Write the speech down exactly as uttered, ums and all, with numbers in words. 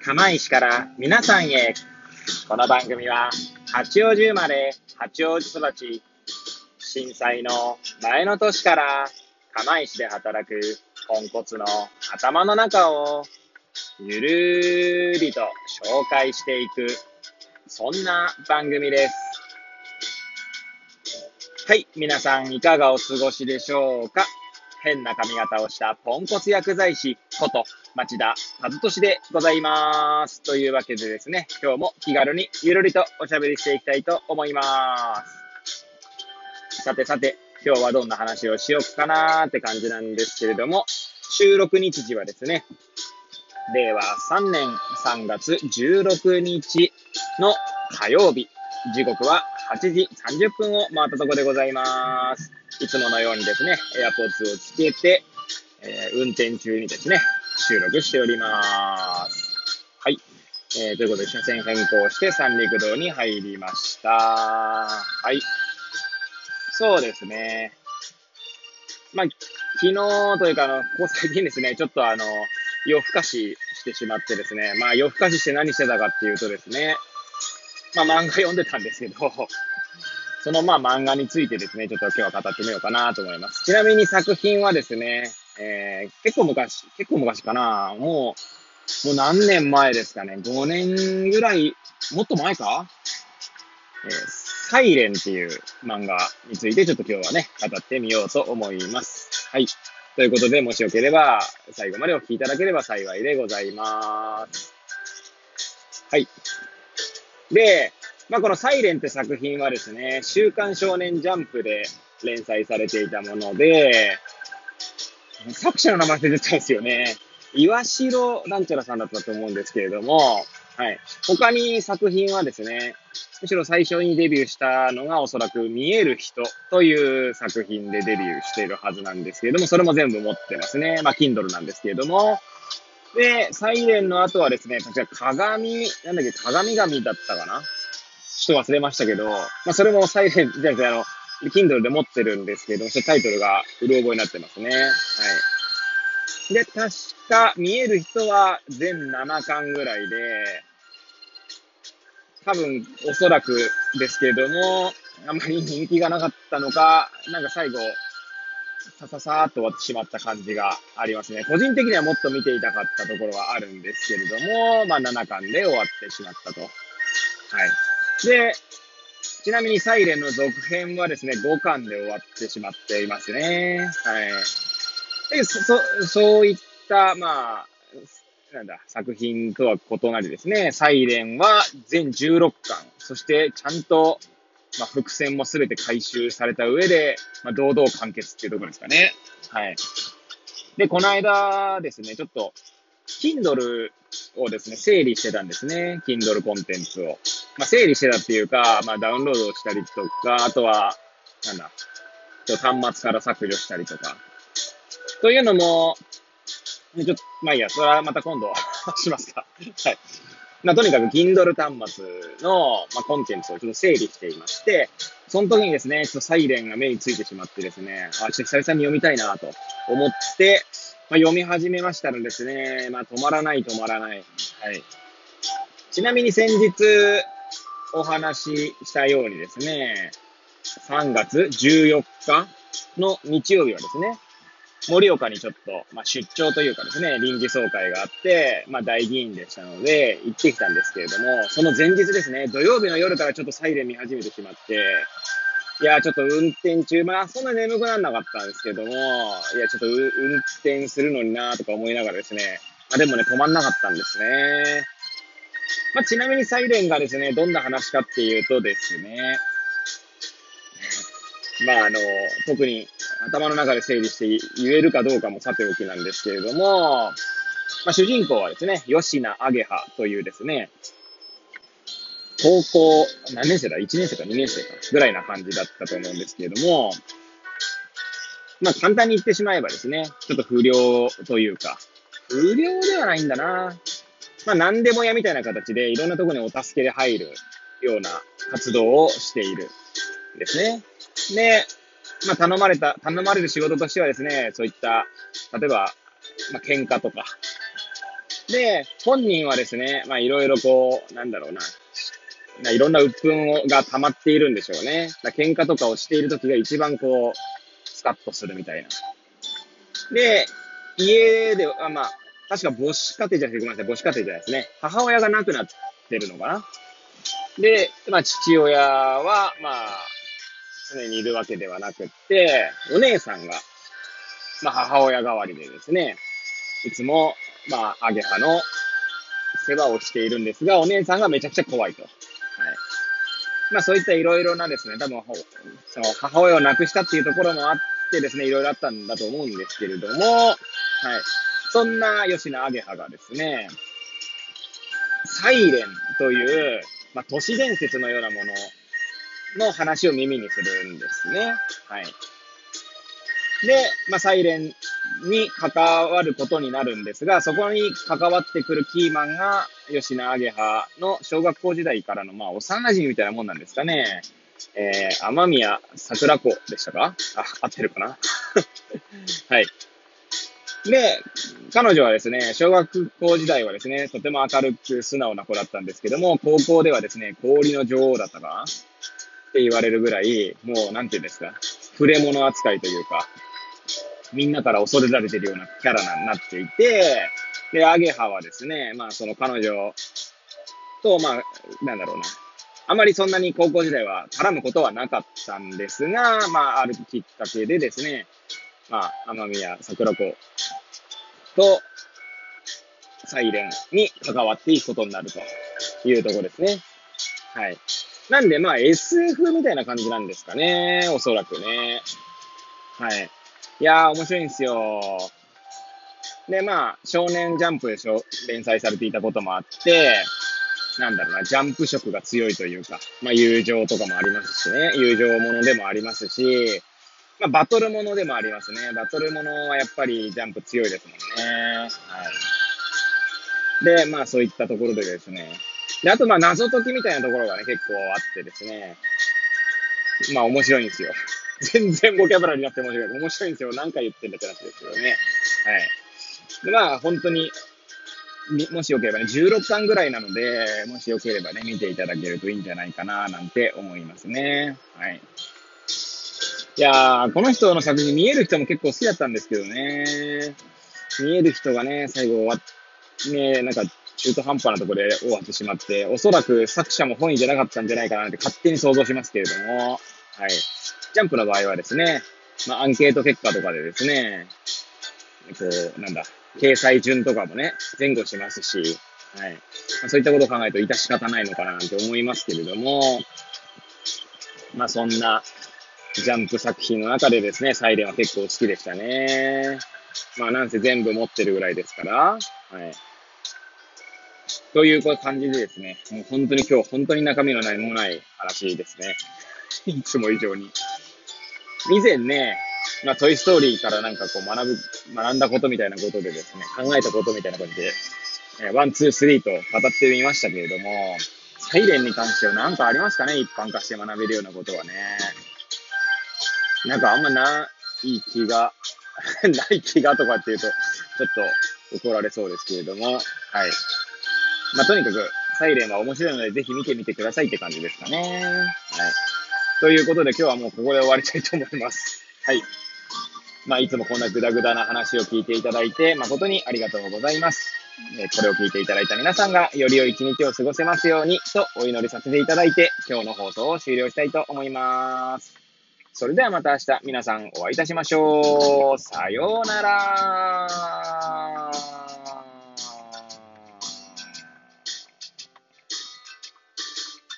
釜石から皆さんへ。この番組は八王子生まれ八王子育ち、震災の前の年から釜石で働くポンコツの頭の中をゆるりと紹介していく、そんな番組です。はい、皆さんいかがお過ごしでしょうか。変な髪型をしたポンコツ薬剤師こと町田和俊でございます。というわけでですね、今日も気軽にゆるりとおしゃべりしていきたいと思います。さてさて、今日はどんな話をしようかなーって感じなんですけれども、収録日時はですね、れいわさんねんさんがつじゅうろくにちの火曜日、時刻ははちじさんじゅっぷんを回ったところでございます。いつものようにですね、AirPods をつけて、えー、運転中にですね、収録しております。はい。えー、ということで、車線変更して三陸道に入りました。はい。そうですね。まあ、昨日というか、あの、ここ最近ですね、ちょっとあの、夜更かししてしまってですね、まあ夜更かしして何してたかっていうとですね、まあ漫画読んでたんですけど、そのまあ漫画についてですね、ちょっと今日は語ってみようかなと思います。ちなみに作品はですね、えー、結構昔、結構昔かな、もう、もう何年前ですかね、ごねんぐらい、もっと前か、えー、サイレンっていう漫画についてちょっと今日はね、語ってみようと思います。はい。ということで、もしよければ、最後までお聞きいただければ幸いでございます。はい。で、まあ、このサイレンって作品はですね、週刊少年ジャンプで連載されていたもので、作者の名前出てたんですよね。岩城なんちゃらさんだったと思うんですけれども、はい。他に作品はですね、むしろ最初にデビューしたのがおそらく見える人という作品でデビューしているはずなんですけれども、それも全部持ってますね。まあ、Kindle なんですけれども。で、サイレンの後はですね、確か鏡、なんだっけ、鏡神だったかなちょっと忘れましたけど、まあ、それもサイレン、じゃなくて、あの、Kindle で持ってるんですけど、そタイトルがうる覚えになってますね。はい。で、確か、見える人は全ななかんぐらいで、多分、おそらくですけれども、あまり人気がなかったのか、なんか最後、さささーっと終わってしまった感じがありますね。個人的にはもっと見ていたかったところはあるんですけれども、まあななかんで終わってしまったと。はい。で、ちなみにサイレンの続編はですね、ごかんで終わってしまっていますね。はい。で、そ、そそういった、まあ、なんだ、作品とは異なりですね、サイレンは全じゅうろっかん、そしてちゃんと、まあ、伏線もすべて回収された上で、まあ、堂々完結っていうところですかね。はい。で、この間ですね、ちょっと、Kindle をですね、整理してたんですね。Kindle コンテンツを。まあ、整理してたっていうか、まあ、ダウンロードをしたりとか、あとは、なんだ、端末から削除したりとか。というのも、ちょっと、まあいいや、それはまた今度しますか。はい。まあとにかく Kindle 端末の、まあ、コンテンツをちょっと整理していまして、その時にですね、ちょっとサイレンが目についてしまってですね、あ、ちょっと久々に読みたいなと思って、まあ、読み始めましたらですね、まあ止まらない止まらない。はい。ちなみに先日お話ししたようにですね、さんがつじゅうよっかの日曜日はですね、盛岡にちょっと、まあ、出張というかですね、臨時総会があって、まあ、大議員でしたので、行ってきたんですけれども、その前日ですね、土曜日の夜からちょっとサイレン見始めてしまって、いや、ちょっと運転中、まあ、そんな眠くならなかったんですけども、いや、ちょっと運転するのになとか思いながらですね、まあ、でもね、止まんなかったんですね。まあ、ちなみにサイレンがですね、どんな話かっていうとですね、まあ、あの、特に頭の中で整理して言えるかどうかもさておきなんですけれども、まあ、主人公はですね、吉名アゲハというですね、高校、何年生だ ?いち 年生かにねん生かぐらいな感じだったと思うんですけれども、まあ簡単に言ってしまえばですね、ちょっと不良というか、不良ではないんだな。まあ何でも屋みたいな形でいろんなところにお助けで入るような活動をしているんですね。で、まあ頼まれた、頼まれる仕事としてはですね、そういった、例えば、まあ喧嘩とか、 で、本人はですね、まあいろいろこう、なんだろうな、ないろんな鬱憤をが溜まっているんでしょうね。だ喧嘩とかをしている時が一番こう、スカッとするみたいな。で、家では、まあ、確か母子家庭じゃなくて、ごめんなさい、母子家庭じゃないですね。母親が亡くなってるのかな。で、まあ、父親は、まあ、常にいるわけではなくって、お姉さんが、まあ、母親代わりでですね、いつも、まあ、アゲハの世話をしているんですが、お姉さんがめちゃくちゃ怖いと。はい。まあ、そういったいろいろなですね、多分、その母親を亡くしたっていうところもあってですね、いろいろあったんだと思うんですけれども、はい。そんな吉野アゲハがですね、サイレンという、まあ、都市伝説のようなものの話を耳にするんですね。はい。で、まあ、サイレンに関わることになるんですが、そこに関わってくるキーマンが、吉野アゲハの小学校時代からの、まあ、幼馴染みたいなもんなんですかね。えー、雨宮桜子でしたかあ、合ってるかなはい。で、彼女はですね、小学校時代はですね、とても明るく素直な子だったんですけども、高校ではですね、氷の女王だったかなって言われるぐらい、もう、なんていうんですか、触れ物扱いというか、みんなから恐れられてるようなキャラになっていて、で、アゲハはですね、まあ、その彼女と、まあ、なんだろうな、あまりそんなに高校時代は絡むことはなかったんですが、まあ、あるきっかけでですね、まあ、天宮桜子とサイレンに関わっていくことになるというところですね。はい。なんで、まあ、エスエフ みたいな感じなんですかね。おそらくね。はい。いやー、面白いんですよ。で、まあ、少年ジャンプでしょ連載されていたこともあって、なんだろうな、ジャンプ色が強いというか、まあ、友情とかもありますしね。友情ものでもありますし、まあ、バトルものでもありますね。バトルものはやっぱりジャンプ強いですもんね。はい。で、まあ、そういったところでですね。で、あと、まあ、謎解きみたいなところがね、結構あってですね。まあ、面白いんですよ。全然ボキャブラリーなくて面白い。面白いんですよ。何回言ってんだって話ですけどね。はい。で、まあ、本当に、もしよければね、じゅうろっかんぐらいなので、もしよければね、見ていただけるといいんじゃないかな、なんて思いますね。はい。いやー、この人の作品見える人も結構好きだったんですけどね。見える人がね、最後終わっ、ね、なんか中途半端なところで終わってしまって、おそらく作者も本意じゃなかったんじゃないかなって勝手に想像しますけれども、はい。ジャンプの場合はですね、まあ、アンケート結果とかでですね、こう、なんだ、掲載順とかもね、前後しますし、はい。まあ、そういったことを考えると致し方ないのかななんて思いますけれども、まあそんなジャンプ作品の中でですね、サイレンは結構好きでしたね。まあなんせ全部持ってるぐらいですから、はい。という感じでですね、もう本当に今日本当に中身のないもない話ですね。いつも以上に。以前ね、まあトイストーリーからなんかこう学ぶ、学んだことみたいなことでですね、考えたことみたいな感じで、えー、ワン、ツー、スリーと語ってみましたけれども、サイレンに関しては何かありますかね、一般化して学べるようなことはね。なんかあんまない気が、ない気がとかっていうと、ちょっと怒られそうですけれども、はい。まあ、とにかく、サイレンは面白いので、ぜひ見てみてくださいって感じですかね。はい。ということで、今日はもうここで終わりたいと思います。はい。まあ、いつもこんなグダグダな話を聞いていただいて、誠にありがとうございます。えこれを聞いていただいた皆さんが、より良い一日を過ごせますように、とお祈りさせていただいて、今日の放送を終了したいと思います。それではまた明日皆さんお会いいたしましょう。さようなら。